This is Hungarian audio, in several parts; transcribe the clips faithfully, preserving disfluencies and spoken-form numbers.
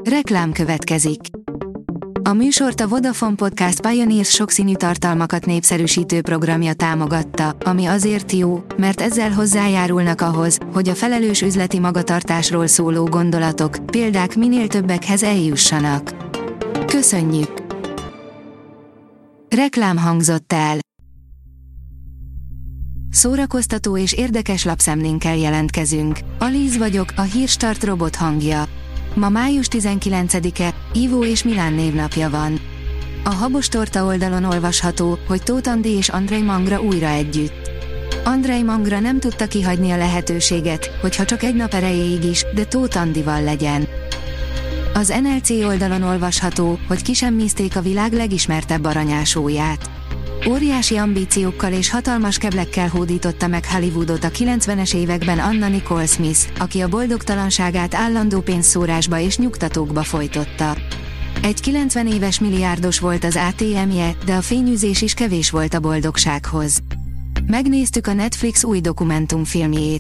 Reklám következik. A műsort a Vodafone Podcast Pioneers sokszínű tartalmakat népszerűsítő programja támogatta, ami azért jó, mert ezzel hozzájárulnak ahhoz, hogy a felelős üzleti magatartásról szóló gondolatok, példák minél többekhez eljussanak. Köszönjük! Reklám hangzott el. Szórakoztató és érdekes lapszemlénkkel jelentkezünk. Alíz vagyok, a Hírstart robot hangja. Ma május tizenkilencedike, Ivó és Milán névnapja van. A Habos Torta oldalon olvasható, hogy Tóth Andi és Andrej Mangra újra együtt. Andrej Mangra nem tudta kihagyni a lehetőséget, hogyha csak egy nap erejéig is, de Tóth Andival legyen. Az en el cé oldalon olvasható, hogy kisemmizték a világ legismertebb aranyásóját. Óriási ambíciókkal és hatalmas keblekkel hódította meg Hollywoodot a kilencvenes években Anna Nicole Smith, aki a boldogtalanságát állandó pénzszórásba és nyugtatókba folytotta. Egy kilencven éves milliárdos volt az á té em-je, de a fényűzés is kevés volt a boldogsághoz. Megnéztük a Netflix új dokumentumfilmjét.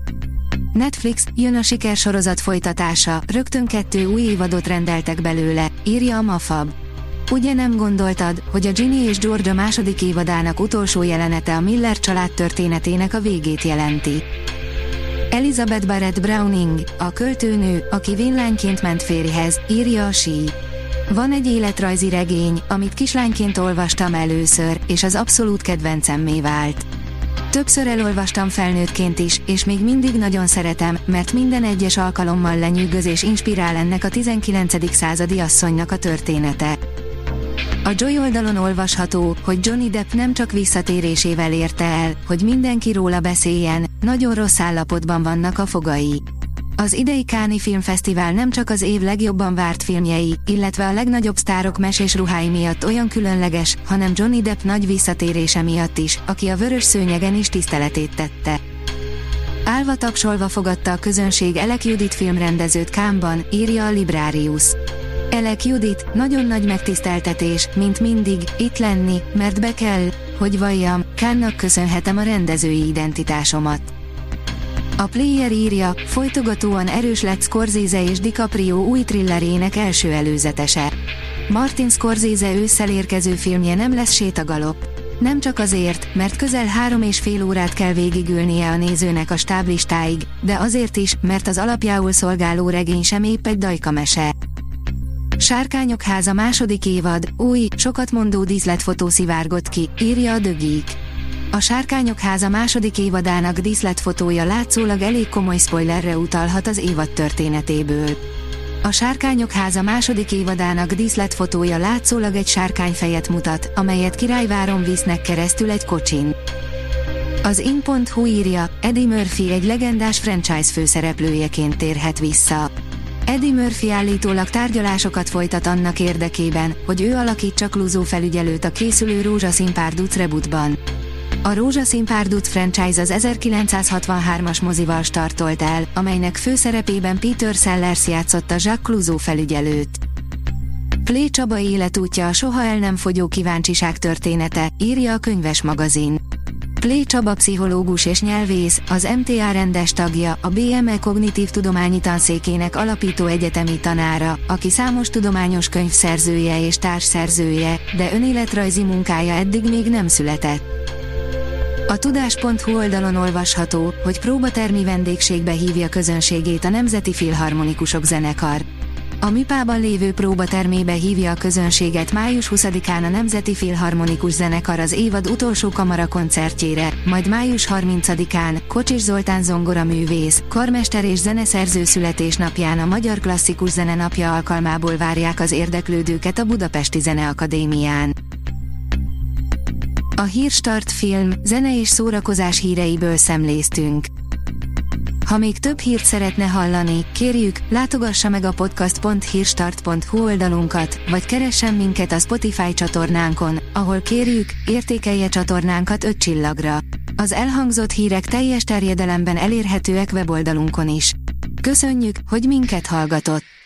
Netflix, jön a sikersorozat folytatása, rögtön kettő új évadot rendeltek belőle, írja a Mafab. Ugye nem gondoltad, hogy a Ginny és George a második évadának utolsó jelenete a Miller család történetének a végét jelenti? Elizabeth Barrett Browning, a költőnő, aki vénlányként ment férjhez, írja a Sí. Van egy életrajzi regény, amit kislányként olvastam először, és az abszolút kedvencemmé vált. Többször elolvastam felnőttként is, és még mindig nagyon szeretem, mert minden egyes alkalommal lenyűgöz és inspirál ennek a tizenkilencedik századi asszonynak a története. A Joy oldalon olvasható, hogy Johnny Depp nem csak visszatérésével érte el, hogy mindenki róla beszéljen, nagyon rossz állapotban vannak a fogai. Az idei Cannes-i Filmfesztivál nem csak az év legjobban várt filmjei, illetve a legnagyobb sztárok mesés ruhái miatt olyan különleges, hanem Johnny Depp nagy visszatérése miatt is, aki a vörös szőnyegen is tiszteletét tette. Állva tapsolva fogadta a közönség Elek Judit filmrendezőt Cannes-ban, írja a Librarius. Elek Judit, nagyon nagy megtiszteltetés, mint mindig, itt lenni, mert be kell, hogy valljam, Cannes-nak köszönhetem a rendezői identitásomat. A Player írja, folytogatóan erős lett Scorsese és DiCaprio új thrillerének első előzetese. Martin Scorsese ősszel érkező filmje nem lesz sétagalop. Nem csak azért, mert közel három és fél órát kell végigülnie a nézőnek a stáblistáig, de azért is, mert az alapjául szolgáló regény sem épp egy dajkamese. Sárkányok háza második évad, új, sokat mondó díszletfotó szivárgott ki, írja a The Geek. A Sárkányok háza második évadának díszletfotója látszólag elég komoly spoilerre utalhat az évad történetéből. A Sárkányok háza második évadának díszletfotója látszólag egy sárkányfejet mutat, amelyet Királyváron visznek keresztül egy kocsin. Az in pont hu írja, Eddie Murphy egy legendás franchise főszereplőjeként térhet vissza. Eddie Murphy állítólag tárgyalásokat folytat annak érdekében, hogy ő alakítsa Clouseau felügyelőt a készülő Rózsaszín párduc rebootban. A Rózsaszín párduc franchise az ezerkilencszázhatvanhármas mozival startolt el, amelynek főszerepében Peter Sellers játszotta Jacques Clouseau felügyelőt. Play Csaba életútja a soha el nem fogyó kíváncsiság története, írja a Könyves magazin. Play Csaba pszichológus és nyelvész, az em té á rendes tagja, a bé em e Kognitív Tudományi Tanszékének alapító egyetemi tanára, aki számos tudományos könyv szerzője és társszerzője, de önéletrajzi munkája eddig még nem született. A tudás pont hu oldalon olvasható, hogy próbatermi vendégségbe hívja közönségét a Nemzeti Filharmonikusok zenekar. A Műpában lévő próbatermébe hívja a közönséget május huszadikán a Nemzeti Filharmonikus Zenekar az évad utolsó kamarakoncertjére, majd május harmincadikán Kocsis Zoltán zongoraművész, karmester és zeneszerző születésnapján a Magyar Klasszikus Zene napja alkalmából várják az érdeklődőket a Budapesti Zeneakadémián. A Hírstart film, zene és szórakozás híreiből szemléztünk. Ha még több hírt szeretne hallani, kérjük, látogassa meg a podcast pont hírstart pont hu oldalunkat, vagy keressen minket a Spotify csatornánkon, ahol kérjük, értékelje csatornánkat öt csillagra. Az elhangzott hírek teljes terjedelemben elérhetőek weboldalunkon is. Köszönjük, hogy minket hallgatott!